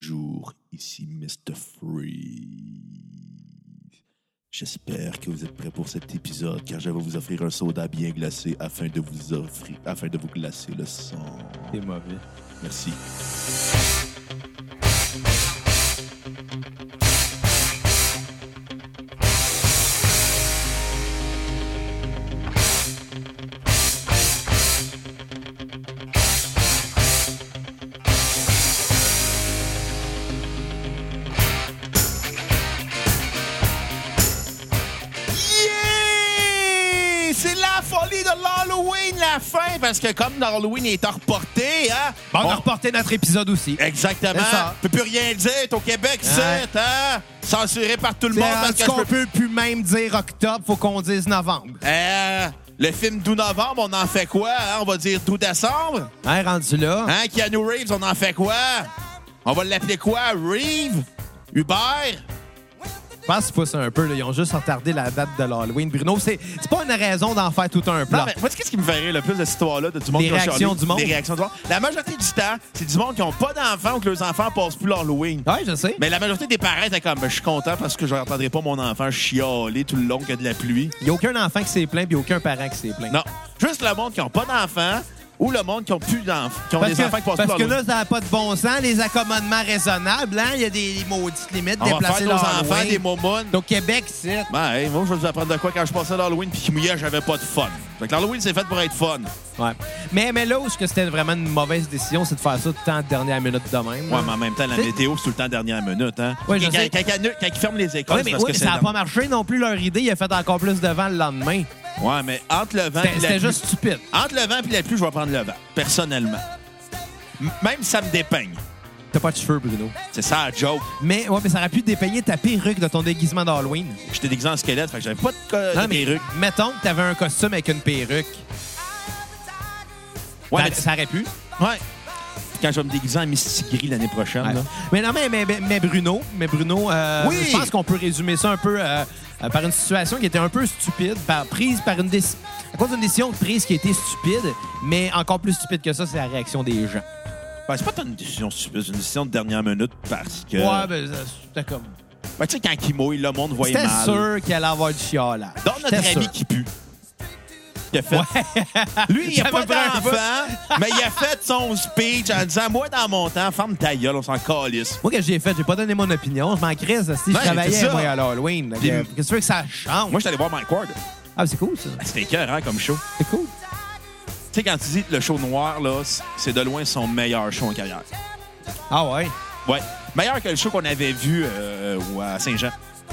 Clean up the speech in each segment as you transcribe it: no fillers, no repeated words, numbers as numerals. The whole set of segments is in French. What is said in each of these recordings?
Bonjour, ici Mr. Freeze. J'espère que vous êtes prêts pour cet épisode, car je vais vous offrir un soda bien glacé afin de vous glacer le sang. C'est mauvais. Merci. C'est la folie de l'Halloween, la fin, parce que comme l'Halloween est reporté, hein? Bon, on a reporté notre épisode aussi. Exactement. C'est ça. Tu peux plus rien dire, t'es au Québec, c'est, hein? Censuré par tout le monde parce que qu'on peut plus même dire octobre, faut qu'on dise novembre. Le film d'août novembre, on en fait quoi? Hein? On va dire d'août décembre? Hein, rendu là. Hein, Keanu Reeves, on en fait quoi? On va l'appeler quoi? Reeves? Hubert? Je pense que c'est pas ça un peu. Là. Ils ont juste retardé la date de l'Halloween. Bruno, c'est pas une raison d'en faire tout un plan. Non, mais moi, qu'est-ce qui me fait rire le plus de cette histoire-là, de du monde Les qui a réactions chialé? du monde. Les réactions du monde. La majorité du temps, c'est du monde qui n'ont pas d'enfants ou que leurs enfants passent plus l'Halloween. Oui, je sais. Mais la majorité des parents étaient comme, je suis content parce que je n'entendrai pas mon enfant chialer tout le long qu'il y a de la pluie. Il n'y a aucun enfant qui s'est plaint puis aucun parent qui s'est plaint. Non. Juste le monde qui n'a pas d'enfants ou le monde qui n'a plus d'enfants, qui ont des enfants qui passent plus Parce que l'Halloween. là, ça n'a pas de bon sens. Les accommodements raisonnables, hein? Il y a des maudites limites. On va déplacer faire nos l'Halloween. enfants des momounes. Au Québec, c'est... Ben, hey, moi, je vais vous apprendre de quoi quand je passais l'Halloween puis qu'il mouillait, j'avais pas de fun. Fait que l'Halloween, c'est fait pour être fun. Ouais. Mais là où c'était vraiment une mauvaise décision, c'est de faire ça tout le temps dernière minute de même. Ouais, mais en même temps, la météo, c'est tout le temps dernière minute. Hein? Ouais, je quand sais. ils ferment les écoles, Oui, c'est mais, parce que c'est ça n'a pas marché non plus, leur idée. Il a fait encore plus de vent le lendemain. Ouais, mais entre le vent et la C'était pluie... juste stupide. Entre le vent et la pluie, je vais prendre le vent, personnellement. Même si ça me dépeigne. T'as pas de cheveux, Bruno. C'est ça, la joke. Mais ça aurait pu dépeigner ta perruque de ton déguisement d'Halloween. J'étais déguisé en squelette, fait que j'avais pas de perruque. Mettons que t'avais un costume avec une perruque. Ouais, Ça aurait pu. Ouais. Quand je vais me déguiser en Mistigris l'année prochaine. Ouais. Là. Mais non, mais Bruno, oui! Je pense qu'on peut résumer ça un peu par une situation qui était un peu stupide, prise par une décision. À cause d'une décision prise qui était stupide, mais encore plus stupide que ça, c'est la réaction des gens. Ben, c'est pas une décision stupide, c'est une décision de dernière minute parce que... Ouais, ben, c'était comme... Ben, tu sais, quand il mouille, le monde voyait C'était mal. sûr qu'il allait avoir du chiolage. Donc, notre J'étais ami sûr. qui pue. Il a fait... Lui, il a pas d'enfant, mais il a fait son speech en disant « Moi, dans mon temps, ferme ta gueule, on s'en calisse. » Moi, qu'est-ce que j'ai fait? J'ai pas donné mon opinion. Je m'en crisse si je Ouais, travaillais, c'est ça. moi, à l'Halloween. Puis- Qu'est-ce que tu veux que ça change? Moi, j'étais allé voir Mike Ward. Ah, c'est cool, ça. C'était écœurant comme show. C'est cool. Tu sais, quand tu dis le show noir, là, c'est de loin son meilleur show en carrière. Ah ouais? Ouais. Meilleur que le show qu'on avait vu à Saint-Jean.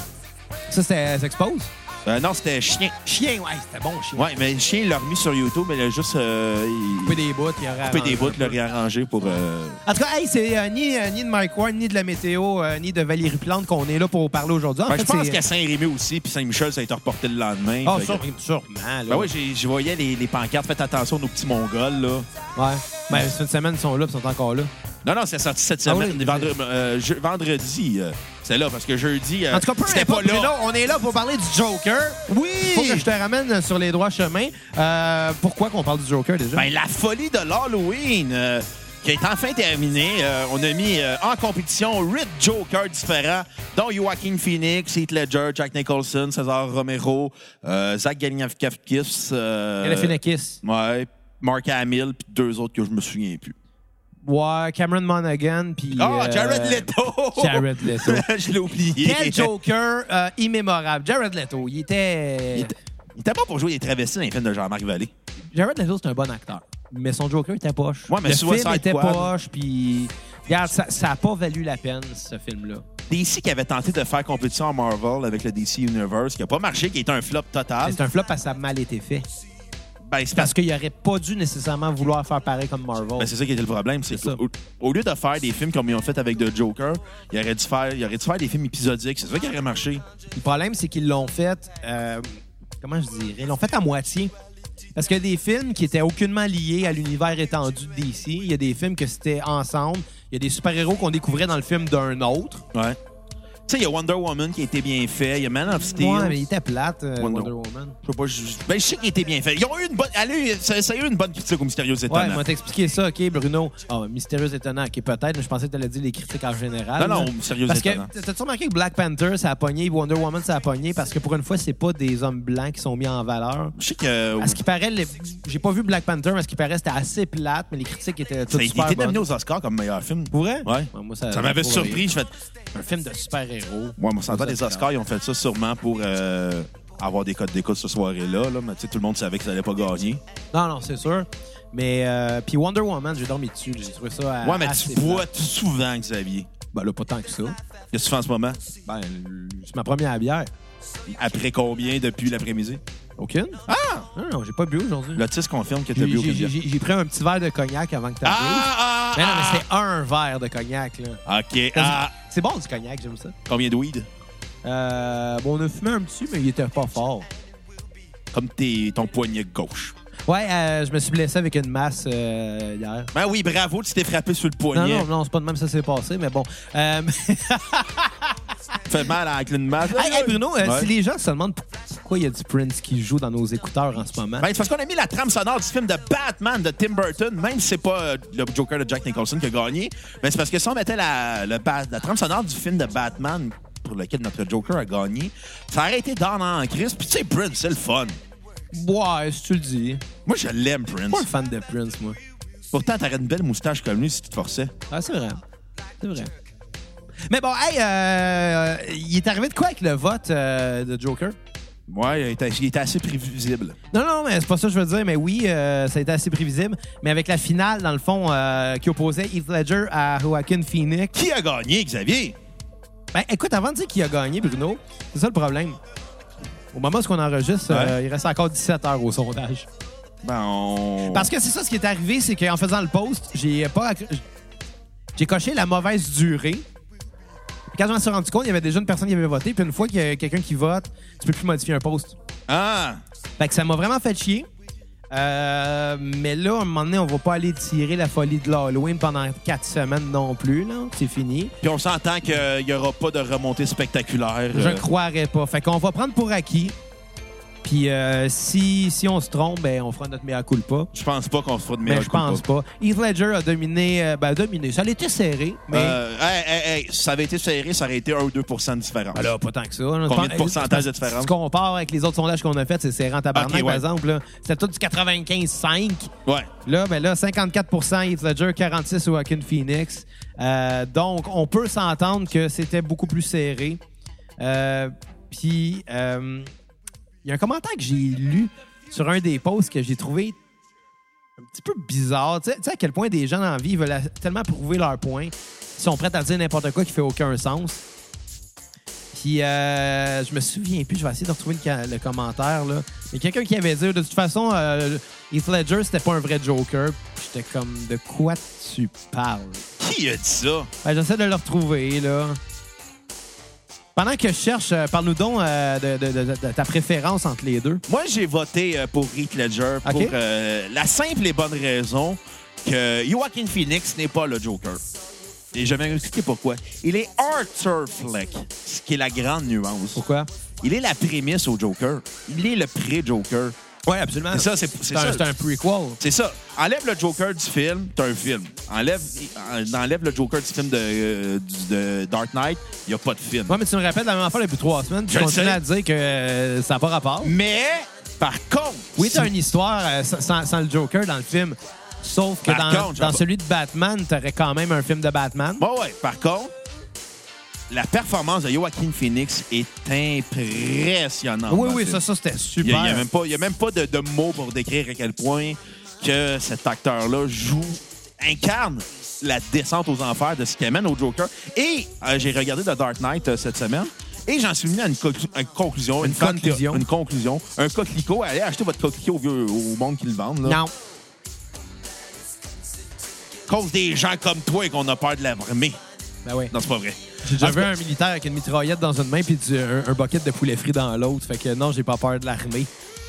Ça, c'était S'expose? Non, c'était Chien. Chien, ouais, c'était bon, chien. Ouais, mais Chien, il l'a remis sur YouTube, mais il a juste... Couper des bouts, il aurait coupé des bouts, arrangé l'a un peu. réarrangé pour... En tout cas, hey, c'est ni de Mike Ward, ni de la météo, ni de Valérie Plante qu'on est là pour parler aujourd'hui. En Ben, fait, je pense c'est... qu'à Saint-Rémy aussi, puis Saint-Michel, ça a été reporté le lendemain. Ah, Fait que- sûrement, là. Ben oui, je voyais les pancartes. Faites attention aux petits Mongols, là. Ouais. Ben, cette semaine, ils sont là, puis ils sont encore là. Non, c'est sorti cette Ah semaine. oui. Vendredi, c'est là, parce que jeudi, En tout cas, peu c'était pas importe, là. Bruno, on est là pour parler du Joker. Oui! Faut que je te ramène sur les droits chemins. Pourquoi qu'on parle du Joker, déjà? Ben, la folie de l'Halloween qui est enfin terminée. On a mis en compétition 8 Jokers différents, dont Joaquin Phoenix, Heath Ledger, Jack Nicholson, César Romero, Zach Galifianakis, Galifianakis. ouais, Mark Hamill, puis 2 autres que je me souviens plus. Ouais, Cameron Monaghan, puis... Jared Leto! Jared Leto. Je l'ai oublié. Quel Joker immémorable. Jared Leto, il était... Il était pas pour jouer des travestis dans les films de Jean-Marc Vallée. Jared Leto, c'est un bon acteur. Mais son Joker était poche. Ouais, mais le Suicide film était Squad. poche, puis... Regarde, ça a pas valu la peine, ce film-là. DC qui avait tenté de faire compétition à Marvel avec le DC Universe, qui a pas marché, qui était un flop total. C'est un flop parce que ça a mal été fait. Ben, c'est Parce qu'il aurait pas dû nécessairement vouloir faire pareil comme Marvel. Ben, c'est ça qui était le problème. C'est C'est ça. au lieu de faire des films comme ils ont fait avec The Joker, il aurait dû faire des films épisodiques. C'est ça qui aurait marché. Le problème, c'est qu'ils l'ont fait... comment je dirais? Ils l'ont fait à moitié. Parce qu'il y a des films qui étaient aucunement liés à l'univers étendu de DC. Il y a des films que c'était ensemble. Il y a des super-héros qu'on découvrait dans le film d'un autre. Ouais. Tu sais, il y a Wonder Woman qui a été bien fait. Il y a Man of Steel. Ouais, mais il était plate, Wonder Woman. Je sais pas, je sais qu'il était bien fait. Ils ont eu une bonne... ça a eu une bonne critique au Mystérieux Étonnant. Ouais, m'a t'expliqué ça, OK, Bruno. Ah, Mystérieux Étonnant, OK, peut-être, mais je pensais que tu allais dire les critiques en général. Non, Mystérieux Étonnant. Parce que, t'as-tu remarqué que Black Panther, ça a pogné, Wonder Woman, ça a pogné, parce que pour une fois, c'est pas des hommes blancs qui sont mis en valeur. Je sais que... À ce qui paraît, j'ai pas vu Black Panther, mais à ce qui paraît, c'était assez plate, mais les critiques étaient toutes super bonnes. Ça a été nominé bonnes. aux Oscars comme meilleur film. Pour vrai? Ouais. Moi, ça m'avait surpris. Je fais... Un film de super-héros. Ouais, moi, sans doute, les Oscars, ils ont fait ça sûrement pour avoir des codes d'écoute ce soirée-là. Là. Mais tu sais, tout le monde savait qu'ils n'allaient pas gagner. Non, c'est sûr. Mais, puis Wonder Woman, j'ai dormi dessus. J'ai trouvé ça ouais, mais assez tu bois tout souvent, Xavier. Ben là, pas tant que ça. Qu'est-ce que tu fais en ce moment? Ben, c'est ma première bière. Après combien depuis l'après-midi? Aucune? Ah! Non, j'ai pas bu aujourd'hui. L'Otis confirme que tu as bu aucune bière. J'ai pris un petit verre de cognac avant que tu arrives. Mais non, mais c'est un verre de cognac, là. OK. C'est bon, du cognac, j'aime ça. Combien de weed? Bon, on a fumé un petit, mais il était pas fort. Comme ton poignet gauche. Ouais, je me suis blessé avec une masse hier. Ben oui, bravo, tu t'es frappé sur le poignet. Non, c'est pas de même ça s'est passé, mais bon. Fait mal avec une masse. Hey, Bruno, si les gens se demandent pourquoi il y a du Prince qui joue dans nos écouteurs en ce moment. Ben, c'est parce qu'on a mis la trame sonore du film de Batman de Tim Burton, même si c'est pas le Joker de Jack Nicholson qui a gagné. Ben, c'est parce que si on mettait la trame sonore du film de Batman pour lequel notre Joker a gagné, ça aurait été dans en crise. Puis tu sais, Prince, c'est le fun. Ouais, si tu le dis. Moi, je l'aime, Prince. Je suis pas un fan de Prince, moi. Pourtant, t'aurais une belle moustache comme lui si tu te forçais. Ah, c'est vrai. C'est vrai. Mais bon, hey, il est arrivé de quoi avec le vote de Joker? Ouais, il était assez prévisible. Non, mais c'est pas ça que je veux dire. Mais oui, ça a été assez prévisible. Mais avec la finale, dans le fond, qui opposait Heath Ledger à Joaquin Phoenix. Qui a gagné, Xavier? Ben, écoute, avant de dire qui a gagné, Bruno, c'est ça le problème. Au moment où on enregistre, il reste encore 17 heures au sondage. Parce que c'est ça, ce qui est arrivé, c'est qu'en faisant le post, j'ai coché la mauvaise durée. Puis quand je m'en suis rendu compte, il y avait déjà une personne qui avait voté. Puis une fois qu'il y a quelqu'un qui vote, tu peux plus modifier un post. Ah! Fait que ça m'a vraiment fait chier. Mais là, à un moment donné, on va pas aller tirer la folie de l'Halloween pendant 4 semaines non plus. Là. C'est fini. Puis on s'entend qu'il y aura pas de remontée spectaculaire. Je ne croirais pas. Fait qu'on va prendre pour acquis. Puis si on se trompe, ben on fera notre mea culpa. Je pense pas qu'on se fera de mea culpa. Mais je pense pas. Heath Ledger a dominé. Dominé. Ça a été serré, mais... ça avait été serré, ça aurait été 1 ou 2 % de différence. Alors, pas tant que ça. Combien de pourcentage de différence? Si tu compares avec les autres sondages qu'on a fait, c'est serré en tabarnak, okay, ouais. par exemple. Là. C'était tout du 95-5. Ouais. Là, 54 Heath Ledger, 46 Joaquin Phoenix. Donc, on peut s'entendre que c'était beaucoup plus serré. Puis... il y a un commentaire que j'ai lu sur un des posts que j'ai trouvé un petit peu bizarre. Tu sais à quel point des gens dans la vie veulent tellement prouver leur point. Ils sont prêts à dire n'importe quoi qui fait aucun sens. Puis, je me souviens plus. Je vais essayer de retrouver le commentaire. Là. Il y a quelqu'un qui avait dit, de toute façon, Heath Ledger, c'était pas un vrai Joker. Puis j'étais comme, de quoi tu parles? Qui a dit ça? Ben, j'essaie de le retrouver, là. Pendant que je cherche, parle-nous donc de ta préférence entre les deux. Moi, j'ai voté pour Heath Ledger pour la simple et bonne raison que Joaquin Phoenix n'est pas le Joker. Et je vais m'expliquer pourquoi. Il est Arthur Fleck, ce qui est la grande nuance. Pourquoi? Il est la prémisse au Joker. Il est le pré-Joker. Oui, absolument. C'est un prequel. C'est ça. Enlève le Joker du film, t'as un film. Enlève le Joker du film de Dark Knight, il n'y a pas de film. Oui, mais tu me rappelles la même affaire depuis 3 semaines. Tu continues à dire que ça n'a pas rapport. Mais, par contre... Oui, t'as une histoire sans le Joker dans le film. Sauf que dans celui de Batman, t'aurais quand même un film de Batman. Bon, ouais. Par contre, la performance de Joaquin Phoenix est impressionnante. Oui, ça c'était super. Il n'y a même pas de mots pour décrire à quel point que cet acteur-là incarne la descente aux enfers de ce qui amène au Joker. Et j'ai regardé The Dark Knight cette semaine. Et j'en suis venu à une conclusion. Une conclusion. Un coquelicot. Allez acheter votre coquelicot au monde qui le vendent. Là. Non. À cause des gens comme toi et qu'on a peur de l'armée. Ben oui. Non, c'est pas vrai. J'ai déjà vu un militaire avec une mitraillette dans une main puis un bucket de poulet frit dans l'autre. Fait que non, j'ai pas peur de l'armée.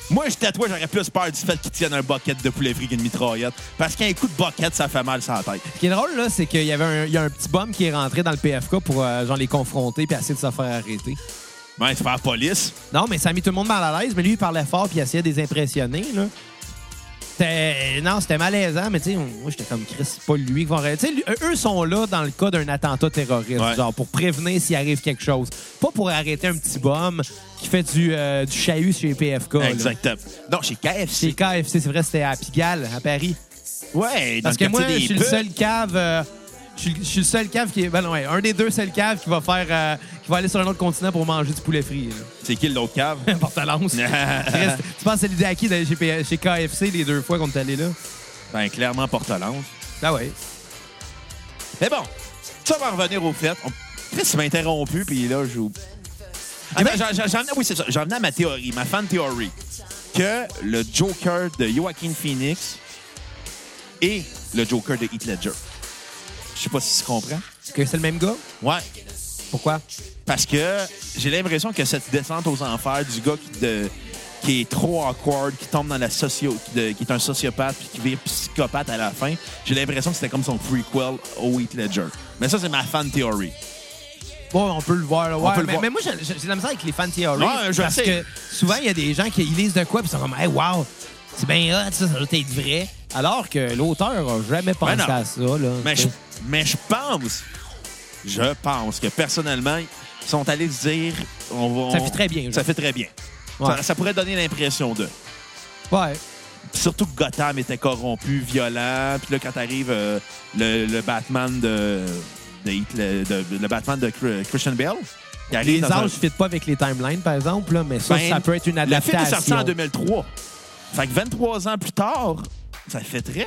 Moi, j'étais à toi, j'aurais plus peur du fait qu'il tienne un bucket de poulet frit qu'une mitraillette. Parce qu'un coup de bucket, ça fait mal sur la tête. Ce qui est drôle, là, c'est qu'il y avait un petit bum qui est rentré dans le PFK pour genre les confronter puis essayer de se faire arrêter. Ouais, c'est pas la police. Non, mais ça a mis tout le monde mal à l'aise, mais lui, il parlait fort puis il essayait de les impressionner, là. C'était malaisant, mais tu sais, moi, j'étais comme Chris, c'est pas lui qui va arrêter. Tu sais, eux sont là dans le cas d'un attentat terroriste, genre pour prévenir s'il arrive quelque chose. Pas pour arrêter un petit bum qui fait du chahut chez PFK. Exactement. Non, chez KFC. Chez KFC, c'est vrai, c'était à Pigalle, à Paris. Ouais, dans parce que moi, je suis le seul cave. Je suis le seul cave qui est. Ben non, ouais, un des deux seuls caves qui va faire. Qui va aller sur un autre continent pour manger du poulet frit. Là. C'est qui l'autre cave? Portalance. Tu penses que c'est l'idée à qui d'aller chez KFC les 2 fois qu'on est allé là? Ben, clairement, Portalance. Ah ouais. Mais bon, ça va revenir au fait. Chris m'a interrompu, puis là, je. Oui, c'est ça. J'en venais à ma théorie, ma fan théorie. Que le Joker de Joaquin Phoenix est le Joker de Heath Ledger. Je sais pas si tu comprends. Est-ce que c'est le même gars? Ouais. Pourquoi? Parce que j'ai l'impression que cette descente aux enfers du gars qui est trop awkward, qui tombe dans la qui est un sociopathe puis qui vire psychopathe à la fin, j'ai l'impression que c'était comme son prequel au Heath Ledger. Mais ça, c'est ma fan theory. Bon, on peut le voir. Là. Ouais, on peut le voir. Mais moi, j'ai de la misère avec les fan theories. Ouais, parce que souvent, il y a des gens qui lisent de quoi puis ils sont comme « Hey, wow, c'est bien hot, ça doit être vrai. » Alors que l'auteur n'a jamais pensé à ça. Là, mais je pense que personnellement, ils sont allés se dire... ça fait très bien. Ça fait très bien. Ouais. Ça pourrait donner l'impression de... Ouais. Surtout que Gotham était corrompu, violent. Puis là, quand t'arrives le Batman le Batman de Christian Bale... Les âges ne fitent pas avec les timelines, par exemple, là, mais ça peut être une adaptation. Le film est sorti en 2003. Fait que 23 ans plus tard, ça fait très...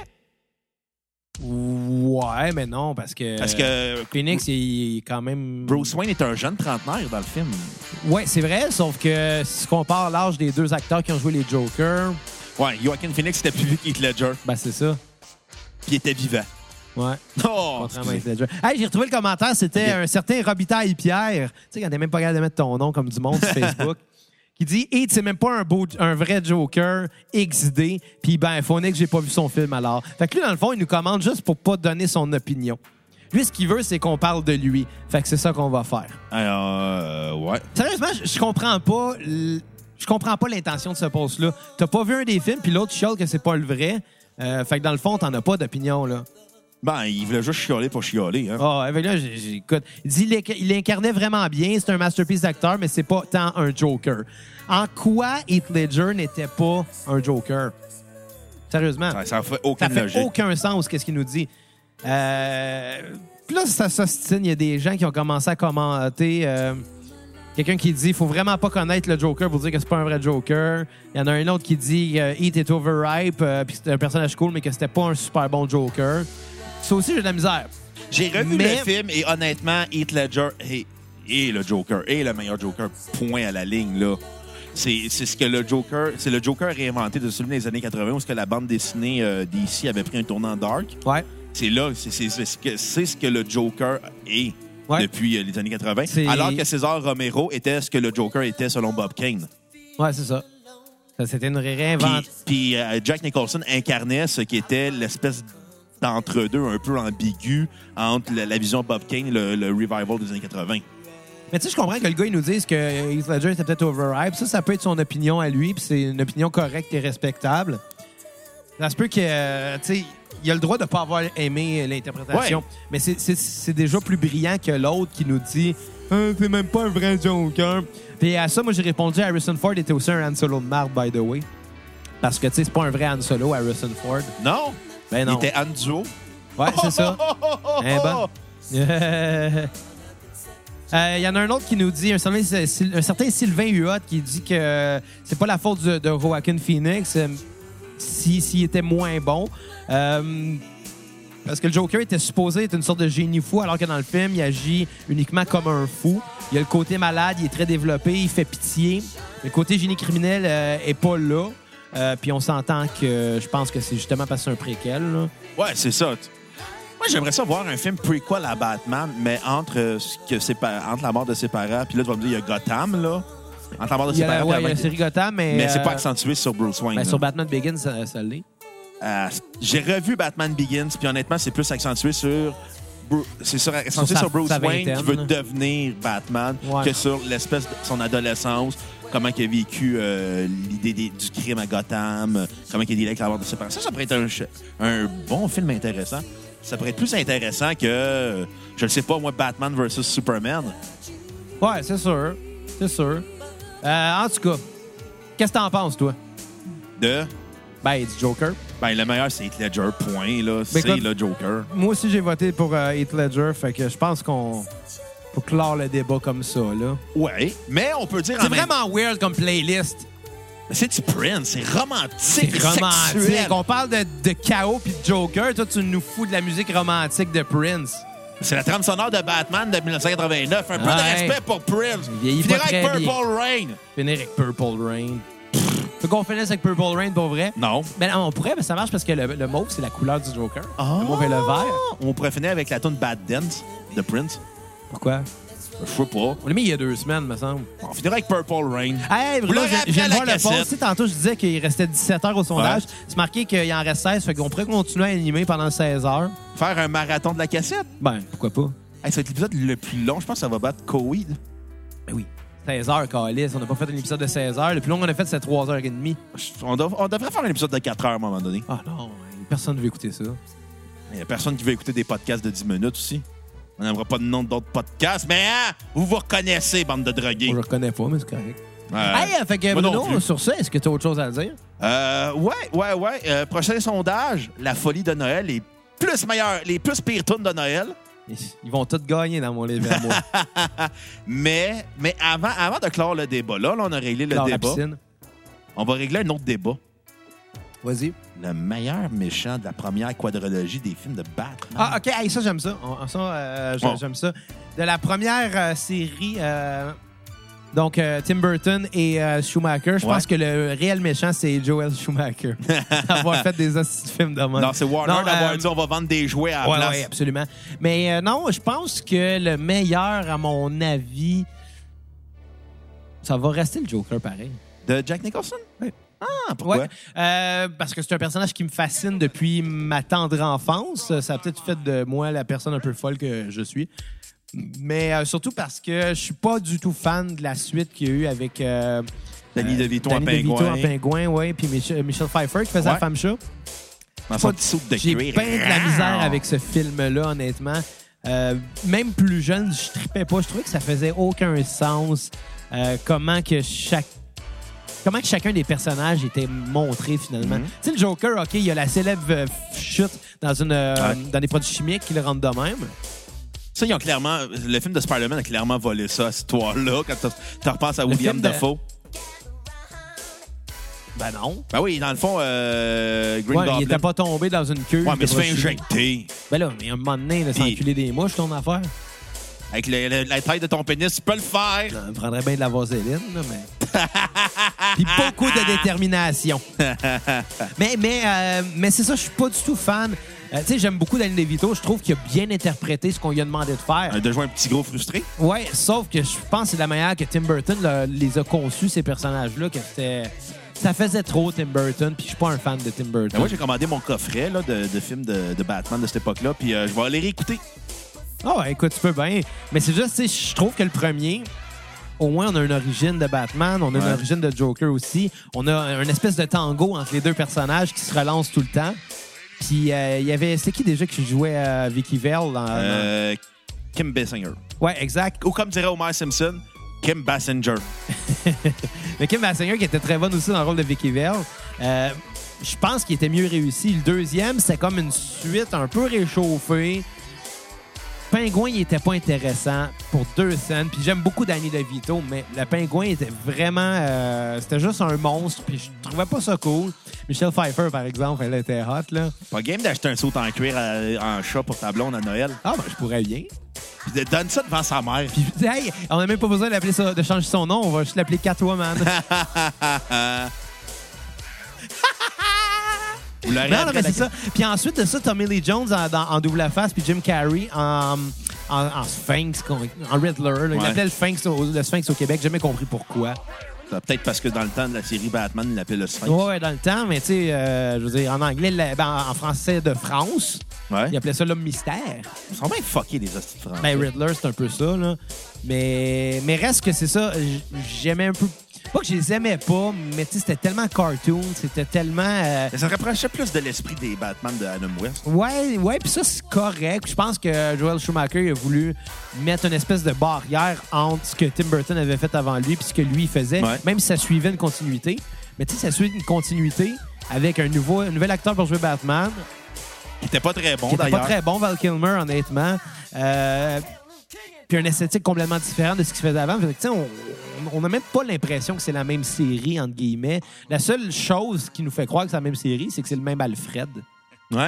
Ouais, mais non, parce que Phoenix, il est quand même... Bruce Wayne est un jeune trentenaire dans le film. Ouais, c'est vrai, sauf que si on compare l'âge des 2 acteurs qui ont joué les Jokers... Ouais, Joaquin Phoenix était plus vieux qu'Heath Ledger. Ben, c'est ça. Puis il était vivant. Ouais. Oh! Contrairement à Heath Ledger. Hey, j'ai retrouvé le commentaire, c'était un certain Robitaille Pierre. Tu sais, quand t'es même pas capable de mettre ton nom comme du monde sur Facebook. Qui dit « Heath, c'est même pas un vrai Joker, XD. » Puis ben, Phoenix, j'ai pas vu son film alors. Fait que lui, dans le fond, il nous commande juste pour pas donner son opinion. Lui, ce qu'il veut, c'est qu'on parle de lui. Fait que c'est ça qu'on va faire. Ouais. Sérieusement, je comprends pas... Je comprends pas l'intention de ce post-là. T'as pas vu un des films, puis l'autre chiale que c'est pas le vrai. Fait que dans le fond, t'en as pas d'opinion, là. Ben, il voulait juste chialer pour chialer. Hein. Ah, là, écoute, il dit il incarnait vraiment bien, c'est un masterpiece d'acteur, mais c'est pas tant un Joker. En quoi Heath Ledger n'était pas un Joker? Sérieusement. Ça fait aucune logique. Ça fait aucun sens, qu'est-ce qu'il nous dit. Puis là, ça s'ostine. Il y a des gens qui ont commencé à commenter. Quelqu'un qui dit « Faut vraiment pas connaître le Joker pour dire que c'est pas un vrai Joker. » Il y en a un autre qui dit « Heath est overripe, puis c'est un personnage cool, mais que c'était pas un super bon Joker. » Ça aussi, j'ai de la misère. J'ai revu le film et honnêtement, Heath Ledger est le Joker, est le meilleur Joker, point à la ligne, là. C'est ce que le Joker... C'est le Joker réinventé de celui des années 80 où la bande dessinée d'ici avait pris un tournant dark. Ouais. C'est là, c'est ce que le Joker est depuis les années 80. Alors que César Romero était ce que le Joker était selon Bob Kane. Ouais, c'est ça. C'était une réinvention. Puis Jack Nicholson incarnait ce qui était l'espèce d'entre-deux un peu ambigu entre la vision Bob Kane et le revival des années 80. Mais tu sais, je comprends que le gars, il nous dise que Heath Ledger était peut-être overhype. Ça peut être son opinion à lui, puis c'est une opinion correcte et respectable. Ça se peut que, tu sais, il a le droit de ne pas avoir aimé l'interprétation. Ouais. Mais c'est déjà plus brillant que l'autre qui nous dit « c'est même pas un vrai Joker. » Puis à ça, moi, j'ai répondu « Harrison Ford était aussi un Han Solo de marde, by the way. » Parce que, tu sais, c'est pas un vrai Han Solo, Harrison Ford. Non. Ben non. Il était Han Duo. Ouais, c'est ça. Bon. Il y en a un autre qui nous dit, un certain Sylvain Huot, qui dit que c'est pas la faute de Joaquin Phoenix s'il était moins bon. Parce que le Joker était supposé être une sorte de génie fou, alors que dans le film, il agit uniquement comme un fou. Il y a le côté malade, il est très développé, il fait pitié. Le côté génie criminel est pas là. Puis on s'entend que je pense que c'est justement parce que c'est un préquel. Là. Ouais, c'est ça. Moi, j'aimerais ça voir un film prequel à Batman, mais entre la mort de ses parents, puis là, tu vas me dire, il y a Gotham, là. entre la mort de Il y ses a parents. la série Gotham, mais c'est pas accentué sur Bruce Wayne. sur Batman Begins, ça l'est. J'ai revu Batman Begins, puis honnêtement, c'est plus accentué sur. Accentué sur Bruce sa Wayne vingtaine. qui veut devenir Batman que sur l'espèce de son adolescence, comment il a vécu l'idée du crime à Gotham, comment il a dealé avec la mort de ses parents. Ça pourrait être un bon film intéressant. Ça pourrait être plus intéressant que, je ne sais pas, moi, Batman vs Superman. Ouais, c'est sûr. C'est sûr. En tout cas, qu'est-ce que t'en penses, toi? Ben, du Joker. Ben, le meilleur, c'est Heath Ledger, point. Là. Ben, C'est le Joker. Moi aussi, j'ai voté pour Heath Ledger, fait que je pense qu'on faut clore le débat comme ça, là. Ouais, mais on peut dire C'est en même... vraiment weird comme playlist. Mais c'est du Prince, c'est romantique, C'est romantique. sexuel. On parle de chaos puis de Joker. Toi, tu nous fous de la musique romantique de Prince. C'est la trame sonore de Batman de 1989. Un peu de Ouais. respect pour Prince. Il vieillit Finira pas avec très Purple Rain. Finir avec Purple Rain. Faut qu'on finisse avec Purple Rain pour vrai? Non. Ben, on pourrait, mais ça marche parce que le mauve, c'est la couleur du Joker. Le mauve et le vert. On pourrait finir avec la tune Bad Dance de Prince. Pourquoi? Je sais pas. On l'a mis il y a 2 semaines, me semble. On finira avec Purple Rain. Hey, Bruno, Vous l'aurez je viens de appris voir à la le post. cassette. Tu sais, tantôt, je disais qu'il restait 17 heures au sondage. Ouais. C'est marqué qu'il en reste 16, fait qu'on pourrait continuer à animer pendant 16 heures. Faire un marathon de la cassette. Ben, pourquoi pas? Hey, ça va être l'épisode le plus long. Je pense que ça va battre Coweed. Ben oui. 16 heures, Calis. On n'a pas fait un épisode de 16 heures. Le plus long qu'on a fait, c'est 3h30. On devrait faire un épisode de 4 heures à un moment donné. Ah non, personne ne veut écouter ça. Il n'y a personne qui veut écouter des podcasts de 10 minutes aussi. On n'aimera pas de nom d'autres podcasts, mais hein, vous vous reconnaissez, bande de drogués. Je le reconnais pas, mais c'est correct. Ouais. Fait que moi non Bruno, plus. sur ça, est-ce que tu as autre chose à dire? Ouais. Prochain sondage, la folie de Noël, les plus pires tunes de Noël. Ils vont tous gagner dans mon livre à moi. Mais avant de clore le débat, là, on a réglé le Dans la débat. piscine. On va régler un autre débat. Vas-y. Le meilleur méchant de la première quadrilogie des films de Batman. Ah, OK. Hey, ça, j'aime ça. Bon. J'aime ça. De la première série, donc Tim Burton et Schumacher, je pense que le réel méchant, c'est Joel Schumacher. Avoir fait des films de mode. Non, c'est Warner d'avoir dit on va vendre des jouets à la place. Oui, absolument. Mais non, je pense que le meilleur, à mon avis, ça va rester le Joker, pareil. De Jack Nicholson? Oui. Ah, pourquoi? Ouais. Parce que c'est un personnage qui me fascine depuis ma tendre enfance. Ça a peut-être fait de moi la personne un peu folle que je suis. Mais surtout parce que je suis pas du tout fan de la suite qu'il y a eu avec Danny DeVito en Danny DeVito pingouin. en pingouin, oui, puis Michelle Pfeiffer qui faisait la femme chat. Dans son petit soupe de J'ai cuir. bien de la misère avec ce film-là, honnêtement. Même plus jeune, je tripais pas. Je trouvais que ça faisait aucun sens. Comment que chacun des personnages était montré, finalement. Tu sais, le Joker, OK, il y a la célèbre chute dans des produits chimiques qui le rendent de même. Ça, ils ont clairement... Le film de Spider-Man a clairement volé ça, cette histoire-là, quand tu repenses à William film de- Dafoe. Ben non. Ben oui, dans le fond, Green Ouais, Goblin. il était pas tombé dans une queue. Ouais, mais il de se fait produits injecter. Ben là, mais à un moment donné, là, Puis- s'enculer des mouches, ton affaire. Avec la taille de ton pénis, tu peux le faire. On prendrait bien de la vaseline, là, mais... Puis beaucoup de détermination. mais c'est ça, je suis pas du tout fan. Tu sais, j'aime beaucoup Danny DeVito. Je trouve qu'il a bien interprété ce qu'on lui a demandé de faire. De jouer un petit gros frustré. Ouais, sauf que je pense que c'est la manière que Tim Burton les a conçus, ces personnages-là, que c'était... Ça faisait trop Tim Burton, puis je suis pas un fan de Tim Burton. Ben moi, j'ai commandé mon coffret là, de films de Batman de cette époque-là, puis je vais aller réécouter. Ah ouais, écoute, tu peux bien. Mais c'est juste, tu sais, je trouve que le premier, au moins, on a une origine de Batman, on a une origine de Joker aussi. On a une espèce de tango entre les deux personnages qui se relancent tout le temps. Puis il y avait... C'est qui déjà qui jouait Vicky Vale? Kim Basinger. Ouais, exact. Ou comme dirait Homer Simpson, Kim Basinger. Mais Kim Basinger qui était très bonne aussi dans le rôle de Vicky Vale. Je pense qu'il était mieux réussi. Le deuxième, c'était comme une suite un peu réchauffée. Pingouin, il était pas intéressant pour 2 scènes. Puis j'aime beaucoup Danny DeVito, mais le Pingouin était vraiment... c'était juste un monstre, puis je trouvais pas ça cool. Michelle Pfeiffer, par exemple, elle était hot, là. Pas game d'acheter un saut en cuir en chat pour ta blonde à Noël. Ah, ben, je pourrais bien. Puis donne ça devant sa mère. Puis, hey, on n'a même pas besoin d'appeler ça, de changer son nom. On va juste l'appeler Catwoman. Vous l'aurez Non, appris mais à c'est ça. Puis ensuite de ça, Tommy Lee Jones en double face, puis Jim Carrey en Sphinx, en Riddler. Là. Il l'appelait le Sphinx au Québec. J'ai jamais compris pourquoi. Peut-être parce que dans le temps de la série Batman, il l'appelait le Sphinx. Ouais, dans le temps, mais tu sais, je veux dire, en anglais, en français de France, il appelait ça l'homme mystère. Ils sont bien fuckés, les hosties français. Ben, Riddler, c'est un peu ça, là. Mais reste que c'est ça, j'aimais un peu... Pas que je les aimais pas, mais tu sais, c'était tellement cartoon, c'était tellement... Mais ça rapprochait plus de l'esprit des Batman de Adam West. Ouais, puis ça, c'est correct. Je pense que Joel Schumacher a voulu mettre une espèce de barrière entre ce que Tim Burton avait fait avant lui et ce que lui faisait, même si ça suivait une continuité. Mais tu sais, ça suivait une continuité avec un nouvel acteur pour jouer Batman. Qui était pas très bon, d'ailleurs. Qui était pas d'ailleurs. très bon, Val Kilmer, honnêtement. Puis une esthétique complètement différente de ce qu'il faisait avant. Fait que, on n'a même pas l'impression que c'est la même série, entre guillemets. La seule chose qui nous fait croire que c'est la même série, c'est que c'est le même Alfred. Ouais.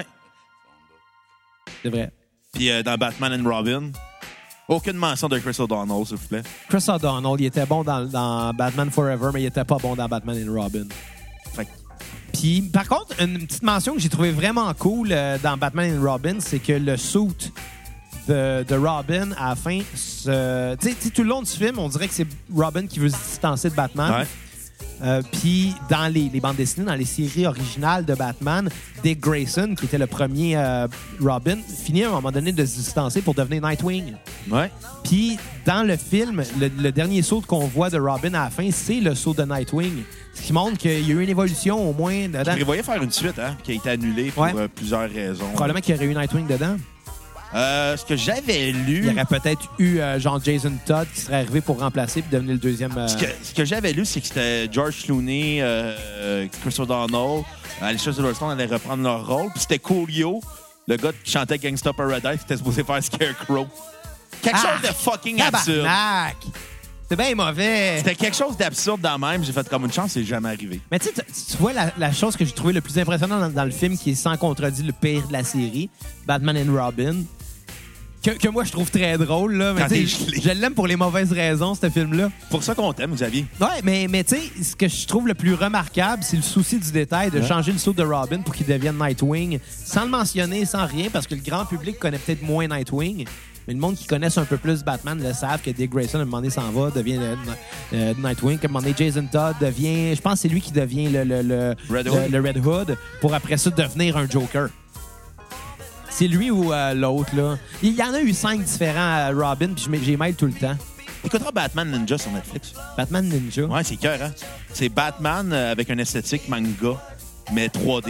C'est vrai. Puis dans Batman and Robin, aucune mention de Chris O'Donnell, s'il vous plaît. Chris O'Donnell, il était bon dans Batman Forever, mais il était pas bon dans Batman and Robin. Fait. Puis, par contre, une petite mention que j'ai trouvé vraiment cool dans Batman and Robin, c'est que le suit de Robin, à la fin, tu sais, tout le long du film, on dirait que c'est Robin qui veut se distancer de Batman. Ouais. Puis, dans les bandes dessinées, dans les séries originales de Batman, Dick Grayson, qui était le premier Robin, finit à un moment donné de se distancer pour devenir Nightwing. Ouais. Puis, dans le film, le dernier saut qu'on voit de Robin à la fin, c'est le saut de Nightwing. Ce qui montre qu'il y a eu une évolution au moins dedans. Je prévoyais faire une suite, qui a été annulée pour plusieurs raisons. Probablement qu'il y aurait eu Nightwing dedans. Ce que j'avais lu... Il y aurait peut-être eu genre Jason Todd qui serait arrivé pour remplacer puis devenir le deuxième... Ce que j'avais lu, c'est que c'était George Clooney, Chris O'Donnell, Alicia Silverstone allaient reprendre leur rôle. Puis c'était Coolio, le gars qui chantait Gangsta Paradise, qui était supposé faire Scarecrow. Quelque chose de fucking absurde. Tabarnak! C'est bien mauvais. C'était quelque chose d'absurde dans même. J'ai fait comme une chance, c'est jamais arrivé. Mais tu vois la chose que j'ai trouvé le plus impressionnant dans le film, qui est sans contredit le pire de la série, Batman and Robin, que moi je trouve très drôle, là. Mais je l'aime pour les mauvaises raisons, ce film-là. Pour ça qu'on t'aime, Xavier. Ouais, mais tu sais, ce que je trouve le plus remarquable, c'est le souci du détail de changer le saut de Robin pour qu'il devienne Nightwing, sans le mentionner, sans rien, parce que le grand public connaît peut-être moins Nightwing. Mais le monde qui connaisse un peu plus Batman le savent que Dick Grayson, à un moment donné, s'en va, devient Nightwing. À un moment donné, Jason Todd devient... Je pense que c'est lui qui devient le Red Hood pour après ça devenir un Joker. C'est lui ou l'autre, là. Il y en a eu 5 différents Robin, puis j'ai mail tout le temps. Écoutera Batman Ninja sur Netflix. Batman Ninja? Ouais, c'est cœur, hein? C'est Batman avec un esthétique manga, mais 3D.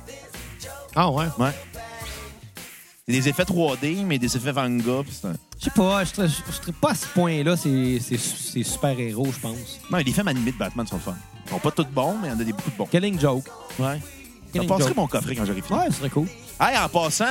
Ah ouais? Ouais. C'est des effets 3D, mais des effets manga. Je sais pas, je serais pas à ce point-là, c'est super-héros, je pense. Non, les films animés de Batman sont le fun. Ils sont pas tous bons, mais il y en a beaucoup de bons. Killing Joke. Ouais. Je passerai mon coffret quand j'aurai fini. Ouais, ce serait cool. Hey, en passant,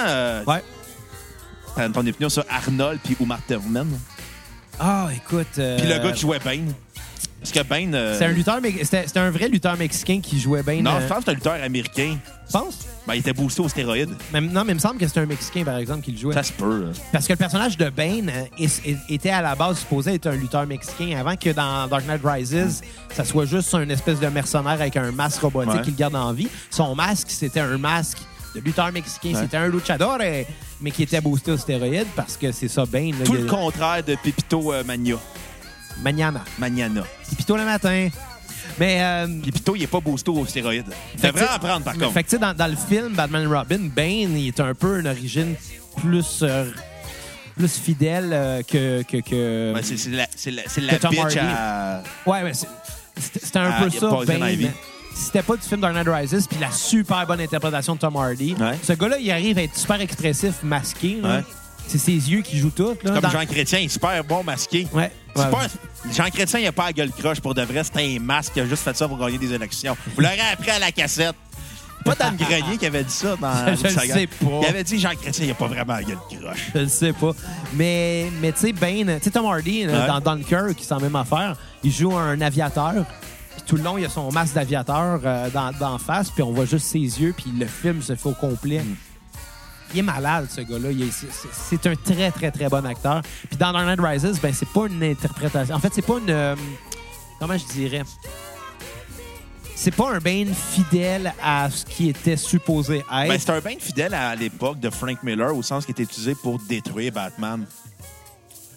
t'as ton opinion sur Arnold puis Uma Thurman? Ah, écoute... Puis le gars qui jouait Bane. Parce que Bane... C'était un vrai lutteur mexicain qui jouait Bane. Non, je pense que c'est un lutteur américain. Tu penses? Ben, il était boosté aux stéroïdes. Non, mais il me semble que c'était un Mexicain, par exemple, qui le jouait. Ça se peut. Parce que le personnage de Bane était à la base supposé être un lutteur mexicain avant que dans Dark Knight Rises, ça soit juste une espèce de mercenaire avec un masque robotique qui le garde en vie. Son masque, c'était un masque de lutteur mexicain. C'était un luchador, mais qui était boosté aux stéroïdes parce que c'est ça, Bane. Tout le contraire de Pepito Magnana. Pepito le matin. Mais. Pepito, il est pas boosté aux stéroïdes. Il devrait en prendre, par contre. Fait que, tu sais, dans le film Batman and Robin, Bane, il est un peu une origine plus fidèle que Ouais, c'est la Tom bitch Hardy. à... Ouais, mais c'était un peu ça, Bane. Si c'était pas du film Dark Knight Rises, puis la super bonne interprétation de Tom Hardy, ce gars-là, il arrive à être super expressif, masqué. C'est ses yeux qui jouent tout. Là, comme Jean Chrétien, il est super bon masqué. Jean Chrétien, il a pas la gueule croche pour de vrai. C'était un masque. Il a juste fait ça pour gagner des élections. Vous l'aurez appris à la cassette. Pas Dan Grenier qui avait dit ça dans Je le sais pas. Il avait dit Jean Chrétien, il a pas vraiment la gueule croche. Je le sais pas. Mais tu sais, Bane, tu sais, Tom Hardy, dans Dunkirk, qui s'en même affaire, il joue un aviateur. Puis tout le long, il a son masque d'aviateur d'en face, puis on voit juste ses yeux, puis le film se fait au complet. Il est malade, ce gars-là. C'est un très, très, très bon acteur. Puis dans Dark Knight Rises, ben, c'est pas une interprétation. En fait, c'est pas une... comment je dirais? C'est pas un Bane fidèle à ce qui était supposé être. Ben, c'est un Bane fidèle à l'époque de Frank Miller, au sens qu'il était utilisé pour détruire Batman.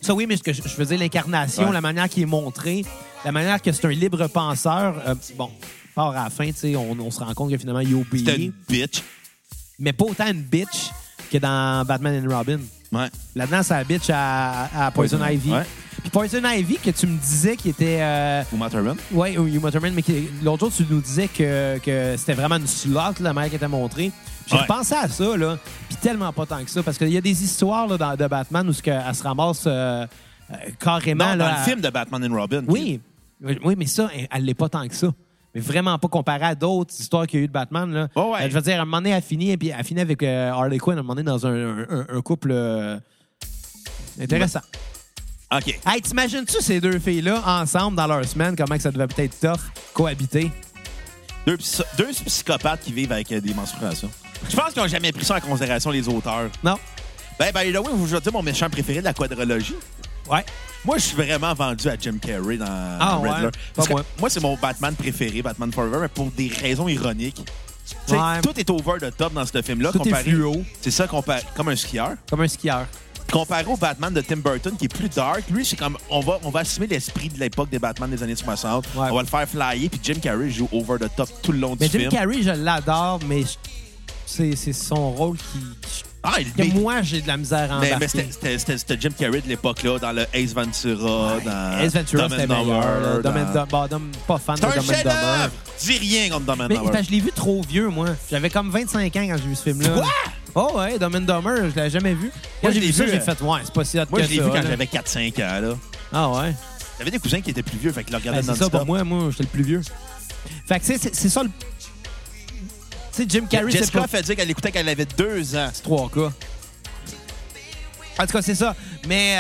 Ça, oui, mais ce que je veux dire, l'incarnation, Ouais. la manière qu'il est montré, la manière que c'est un libre penseur, bon, part à la fin, tu sais, on se rend compte que finalement, il C'était obéit, une bitch. mais pas autant une bitch que dans Batman and Robin. Ouais. Là-dedans, c'est la bitch à Poison Ivy. Ouais. Puis Poison Ivy, que tu me disais qui était... Uma Thurman. Oui, Uma Thurman, mais l'autre jour, tu nous disais que c'était vraiment une slot, la manière qui était montrée. J'ai Ouais. repensé à ça, là, puis tellement pas tant que ça, parce qu'il y a des histoires là, de Batman où elle se ramasse carrément... Non, là, dans le film de Batman and Robin. Oui, mais ça, elle l'est pas tant que ça. Mais vraiment pas comparé à d'autres histoires qu'il y a eu de Batman. Là. Oh ouais. Je veux dire, à un moment donné, elle finit avec Harley Quinn, à un moment donné, dans un couple intéressant. OK. Hey, t'imagines-tu ces deux filles-là, ensemble, dans leur semaine, comment que ça devait peut-être tough, cohabiter? Deux psychopathes qui vivent avec des menstruations. Je pense qu'ils n'ont jamais pris ça en considération, les auteurs. Non? Ben, là, oui, je vais dire mon méchant préféré de la quadrologie. Ouais. Moi, je suis vraiment vendu à Jim Carrey dans Riddler. Ouais? Parce Pas que moi. moi, c'est mon Batman préféré, Batman Forever, mais pour des raisons ironiques. Tu sais, Ouais. tout est over the top dans ce film-là. Tout est fluo. C'est ça, comme un skieur. Comme un skieur. Comparé au Batman de Tim Burton, qui est plus dark, lui, c'est comme on va assumer l'esprit de l'époque des Batman des années 60. Ouais. On va le faire flyer, puis Jim Carrey joue over the top tout le long Mais du Jim film. Carrey, je l'adore, mais c'est son rôle Ah, que moi, j'ai de la misère à mais embarquer. c'était Jim Carrey de l'époque-là, dans le Ace Ventura, dans Ace Ventura, Dumb and c'était meilleur. là. Dumber, Pas fan de C'est un Dumb and Dumber. chef-d'œuvre! Dis rien contre Dumb and Mais Dumber. parce que je l'ai vu trop vieux, moi. J'avais comme 25 ans quand j'ai vu ce film-là. Quoi? Oh ouais, Dumb and Dumber, je l'avais jamais vu. Quand Moi, j'ai je l'ai vu ça, vu, j'ai fait, ouais, c'est pas si hot Moi, que je l'ai ça, vu quand là. j'avais 4-5 ans, là. Ah ouais? J'avais des cousins qui étaient plus vieux, fait qu'ils le regardaient Ben, c'est ça non-stop. pour moi, j'étais le plus vieux. Fait que c'est ça le... Tu sais, Jim Carrey, c'est Jessica pas... fait dire qu'elle l'écoutait quand elle avait 2 ans. C'est 3K. En tout cas, c'est ça. Mais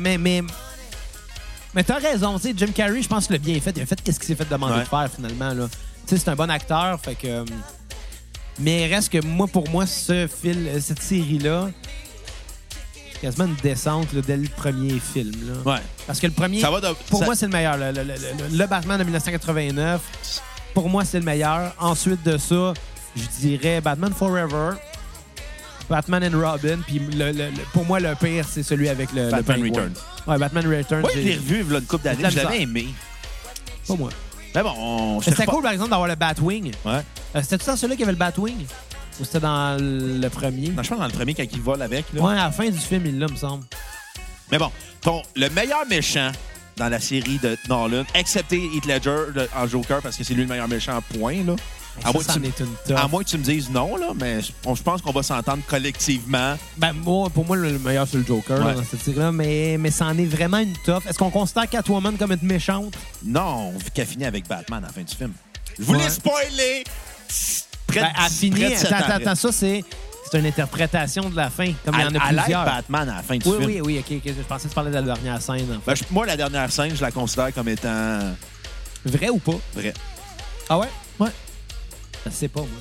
t'as raison, tu sais, Jim Carrey, je pense qu'il l'a bien fait. Il a fait qu'est-ce qu'il s'est fait demander Ouais. de faire, finalement, là. Tu sais, c'est un bon acteur, fait que... Mais reste que pour moi, cette série-là, c'est quasiment une descente là, dès le premier film. Là. Ouais. Parce que le premier, Ça va de- pour ça- moi, c'est le meilleur. Le Batman de 1989, pour moi, c'est le meilleur. Ensuite de ça, je dirais Batman Forever, Batman and Robin, puis pour moi, le pire, c'est celui avec le Batman Penguin. Returns. Ouais, Batman Returns. Moi, je l'ai revu il y a une couple d'années. J'ai Je de la l'avais misère. aimé. Pas moi. Mais bon, Mais c'était cool, par exemple, d'avoir le Batwing. Ouais. C'était-tu dans celui-là qu'il y avait le Batwing? Ou c'était dans le premier? Non, je pense dans le premier, quand il vole avec. Là. Ouais, à la fin du film, il l'a, me semble. Mais bon, le meilleur méchant dans la série de Nolan, excepté Heath Ledger en Joker, parce que c'est lui le meilleur méchant, point. Là. À moins que Ça, tu- c'en est une top. À moins que tu me dises non, là, mais je pense qu'on va s'entendre collectivement. Ben, pour moi, le meilleur, c'est le Joker là, Ouais. dans cette série-là, mais c'en est vraiment une top. Est-ce qu'on considère Catwoman comme une méchante? Non, vu qu'elle finit avec Batman à la fin du film. Je voulais Ouais. spoiler! Près Ben, elle finit. près de 7 ans après. Attends, ça, c'est une interprétation de la fin, comme il y en a Elle aide plusieurs. Batman à la fin du Oui, film. oui, OK. Je pensais que tu parlais de la dernière scène. En fait. Ben, moi, la dernière scène, je la considère comme étant Vrai ou pas? vraie. Ah ouais? Ouais. Je sais pas, moi.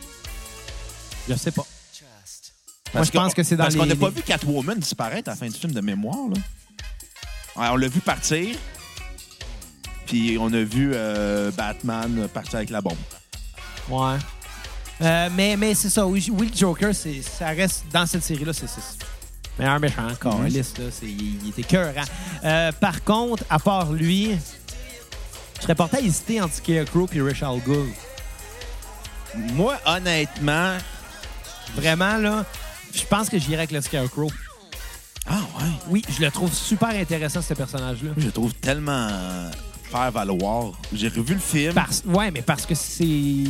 Je sais pas. Moi, je pense que c'est dans Parce qu'on n'a les- pas vu Catwoman disparaître à la fin du film de mémoire. Là. Alors, on l'a vu partir, puis on a vu Batman partir avec la bombe. Ouais. Mais c'est ça. Oui, le Joker, ça reste dans cette série-là, c'est meilleur méchant encore. Liste, là, il était écœurant. Par contre, à part lui, je serais porté à hésiter entre Scarecrow et Ra's al Ghul. Moi, honnêtement... Vraiment, là, je pense que j'irais avec le Scarecrow. Ah ouais? Oui, je le trouve super intéressant, ce personnage-là. Je le trouve tellement faire valoir. J'ai revu le film. Ouais, mais parce que c'est...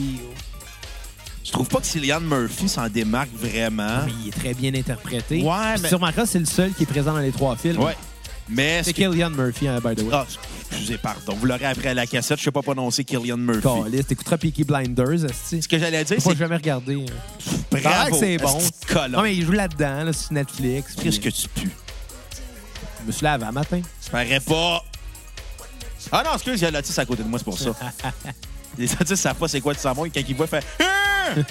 Je trouve pas que Cillian Murphy s'en démarque vraiment. Mais il est très bien interprété. Ouais, Puis mais- tu remarqueras, c'est le seul qui est présent dans les 3 films. Ouais. Mais... C'est Cillian Murphy, hein, by the way. Ah, excusez, pardon. Vous l'aurez appris à la cassette. Je sais pas prononcer Cillian Murphy. Caliste, t'écouteras Peaky Blinders, esti. Ce que j'allais dire, Faut c'est... jamais regarder. Bravo, Ça a l'air que c'est bon. esti de colon. Non, mais il joue là-dedans, là, sur Netflix. Qu'est-ce que tu pues? Je me suis lavé à matin. Ça paraît pas. Ah non, excuse, il y a l'autisme à côté de moi, c'est pour ça. Les autistes savent pas c'est quoi du savon et quand ils voient, ils font...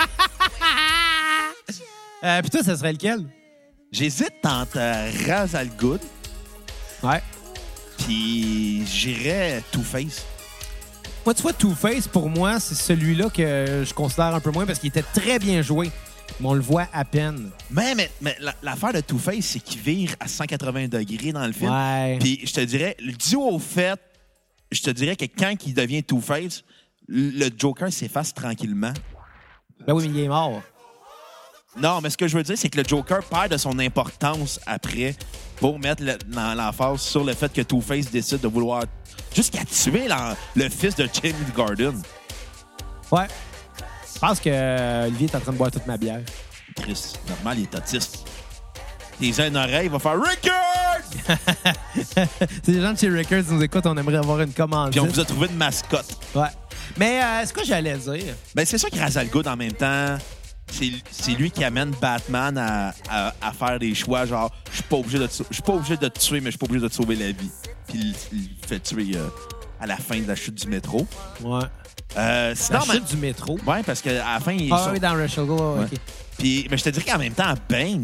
Puis toi, ça serait lequel? J'hésite entre Ra's al Ghul Ouais. puis j'irais Two-Face. Moi, tu vois, Two-Face, pour moi, c'est celui-là que je considère un peu moins parce qu'il était très bien joué. Mais on le voit à peine. Mais l'affaire de Two-Face, c'est qu'il vire à 180 degrés dans le film. Ouais. Puis je te dirais, dû au fait, je te dirais que quand il devient Two-Face, le Joker s'efface tranquillement. Ben oui, mais il est mort. Non, mais ce que je veux dire, c'est que le Joker perd de son importance après pour mettre l'emphase sur le fait que Two-Face décide de vouloir jusqu'à tuer le fils de Jamie Gordon. Ouais. Je pense que Olivier est en train de boire toute ma bière. Chris, normal, il est autiste. Tes une oreille, il va faire Rickard! Si les gens de chez Records nous écoutent, on aimerait avoir une commande. Puis on vous a trouvé une mascotte. Ouais. Mais ce que j'allais dire... Ben, c'est ça que Ra's al Ghul, en même temps, c'est lui qui amène Batman à faire des choix genre je suis pas obligé de te tuer, mais je suis pas obligé de te sauver la vie. Puis il le fait tuer à la fin de la chute du métro. Ouais. Sinon, la chute du métro. Ouais, parce qu'à la fin, il Ah oui, dans Rush Go, ouais. OK. Puis, mais je te dirais qu'en même temps, Bane,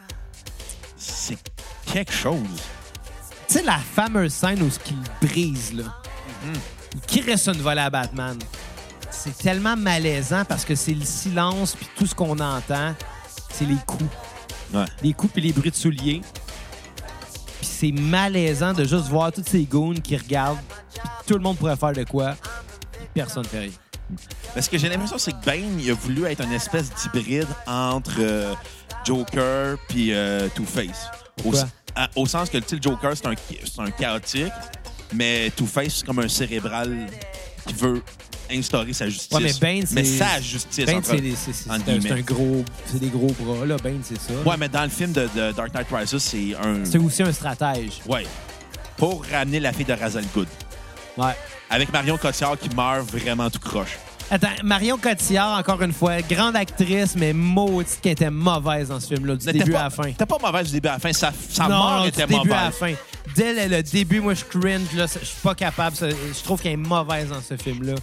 c'est quelque chose. Tu sais, la fameuse scène où il brise, là. Il crisse une volée à Batman. C'est tellement malaisant parce que c'est le silence puis tout ce qu'on entend, c'est les coups. Ouais. Les coups puis les bruits de souliers. Puis c'est malaisant de juste voir tous ces goons qui regardent. Puis tout le monde pourrait faire de quoi. Puis personne ne fait rien. Parce que j'ai l'impression c'est que Bane, il a voulu être une espèce d'hybride entre Joker puis Two-Face. Pourquoi? Au sens que le Joker, c'est un chaotique, mais Two-Face, c'est comme un cérébral qui veut instaurer sa justice. Ouais, mais Bane, c'est... Mais sa justice, Bane, entre c'est un gros... C'est des gros bras, là. Bane, c'est ça. Ouais, mais dans le film de Dark Knight Rises, c'est un... C'est aussi un stratège. Ouais. Pour ramener la fille de Ra's al Ghul. Ouais. Avec Marion Cotillard qui meurt vraiment tout croche. Attends, Marion Cotillard, encore une fois, grande actrice, mais maudite qui était mauvaise dans ce film-là, du début à la fin. T'es pas mauvaise du début à la fin. Sa non, mort du était début mauvaise. à la fin. Dès le début, moi, je cringe. Là, je suis pas capable. Je trouve qu'elle est mauvaise dans ce film-là.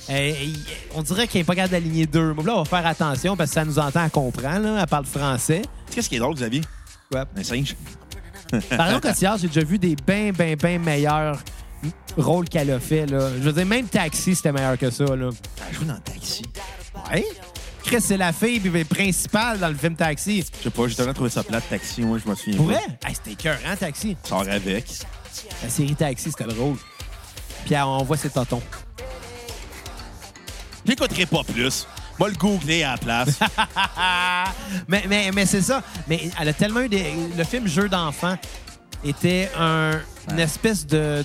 On dirait qu'elle n'est pas capable d'aligner deux. Mais là, on va faire attention parce que ça nous entend, elle comprend. Là, elle parle français. Qu'est-ce qui est drôle, Xavier? Ouais. Un singe. Marion Cotillard, j'ai déjà vu des bien meilleurs rôles qu'elle a fait. Là. Je veux dire, même Taxi, c'était meilleur que ça. Là. Elle joue dans Taxi. Ouais. Chris, c'est la fille principale dans le film Taxi. Je sais pas, j'ai tellement trouvé ça plate, Taxi. Moi, je me souviens Pour pas. vrai? Hey, c'était écœurant, Taxi. Sors avec. La série Taxi, c'était drôle. Puis on voit ses totons. J'écouterai pas plus. Va le googler à la place. mais c'est ça. Mais elle a tellement eu des... Le film Jeu d'enfant était une espèce de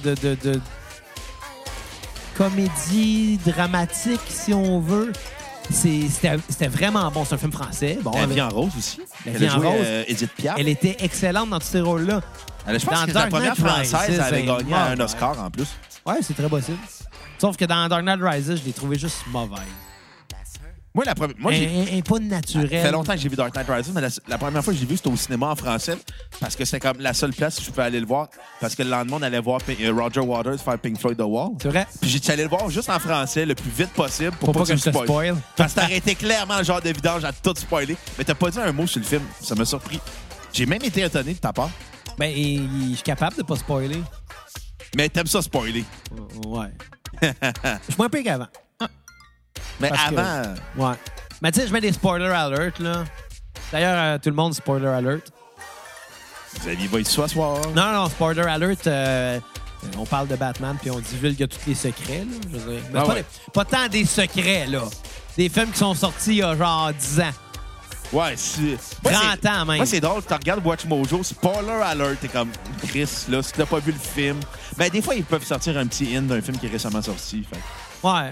comédie dramatique, si on veut. C'était vraiment bon. C'est un film français. Bon, La vie en rose aussi. La Elle vie a en joué rose. Edith Piaf. Elle était excellente dans tous ces rôles-là. Je pense Dans que Dark la première Knight française Rises, avait elle gagné est un mauvaise. Oscar en plus. Ouais, c'est très possible. Sauf que dans Dark Knight Rises, je l'ai trouvé juste mauvaise. Moi, j'ai... Pas Ça naturelle. fait longtemps que j'ai vu Dark Knight Rises, mais la première fois que j'ai vu, c'était au cinéma en français parce que c'est comme la seule place où je pouvais aller le voir parce que le lendemain, on allait voir Roger Waters faire Pink Floyd The Wall. C'est vrai? Puis j'ai allé le voir juste en français le plus vite possible pour pas que je te spoil. Parce que t'aurais été clairement le genre de vidange à tout spoiler. Mais t'as pas dit un mot sur le film. Ça m'a surpris. J'ai même été étonné de ta part. Ben, je suis capable de pas spoiler. Mais t'aimes ça spoiler. Ouais. Je suis moins pire qu'avant. Mais Parce que- avant... Ouais. Mais tu sais, je mets des spoiler alert, là. D'ailleurs, tout le monde, spoiler alert. Xavier va ici ce soir. Non, spoiler alert, on parle de Batman puis on divulgue tous les secrets, là. Je veux dire. Mais Ah pas, ouais. pas tant des secrets, là. Des films qui sont sortis il y a genre 10 ans. Ouais, c'est... Moi, 30 ans, même. Moi, c'est drôle. Tu regardes Watch Mojo, spoiler alert, t'es comme Chris, là, si t'as pas vu le film. Ben, des fois, ils peuvent sortir un petit hint d'un film qui est récemment sorti. Fait. Ouais.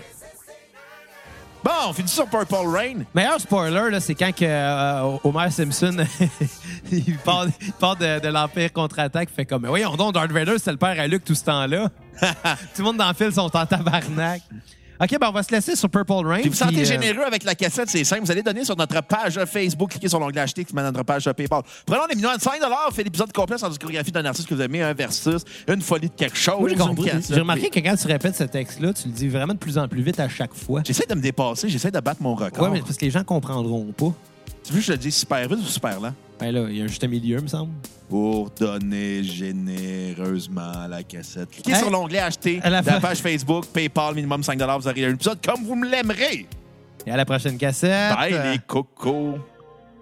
Bon, on finit sur Purple Rain. Meilleur spoiler, là, c'est quand que, Homer Simpson il part de l'Empire contre-attaque. Fait comme, voyons donc, Darth Vader, c'était le père à Luke tout ce temps-là. Tout le monde dans le film sont en tabarnak. OK, ben on va se laisser sur Purple Rain. Puis vous sentez puis, généreux avec la cassette, c'est simple. Vous allez donner sur notre page Facebook, cliquez sur l'onglet acheter, qui met notre page PayPal. Prenons les millions de 5 $, fait l'épisode complet sans discographie d'un artiste que vous aimez, un versus, une folie de quelque chose. Moi, j'ai une compris. cassette. J'ai remarqué que quand tu répètes ce texte-là, tu le dis vraiment de plus en plus vite à chaque fois. J'essaie de me dépasser, j'essaie de battre mon record. Ouais, mais parce que les gens comprendront pas. Tu veux que je le dise super vite ou super lent? Ben là, il y a un juste milieu, me semble. Pour donner généreusement la cassette. Cliquez Hey, sur l'onglet acheter à de la la fin. page Facebook, PayPal, minimum 5 $. Vous aurez un épisode comme vous me l'aimerez. Et à la prochaine cassette. Bye les cocos.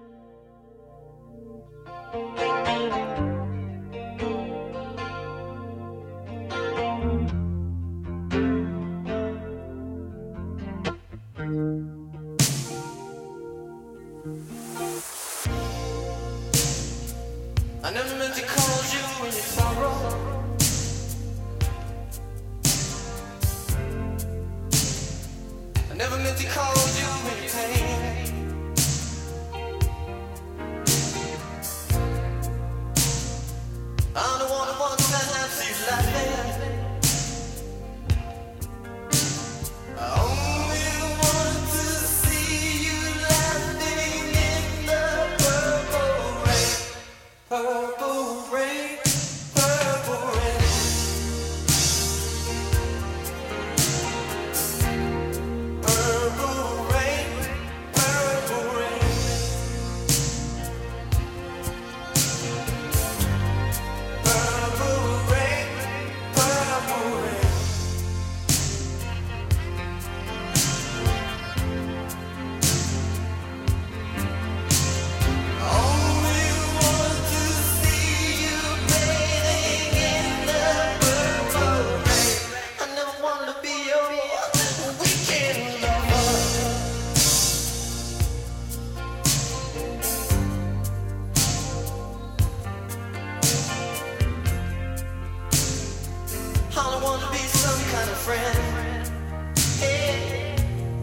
All I wanna be some kind of friend. Hey.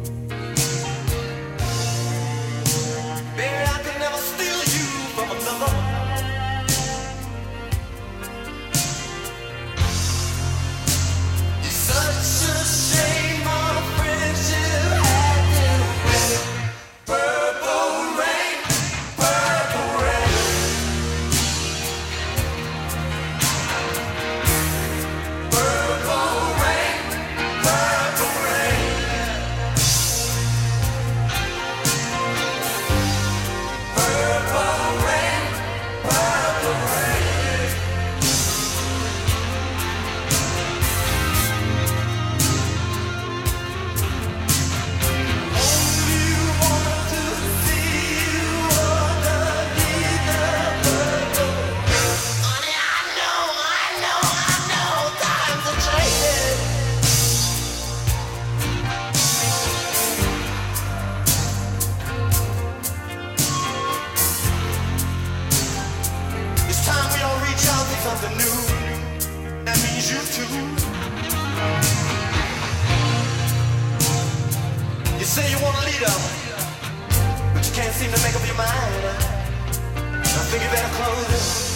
Baby, I can never steal you from another. It's such a shame our friendship had been wet. Purple rain, purple rain. Purple rain, purple rain. Purple rain, purple rain. Only want to see you underneath the purple. Honey, I know, times are changing. It's time we all reach out to something new. That means you too. You say you want a leader, but you can't seem to make up your mind. I think you better close it.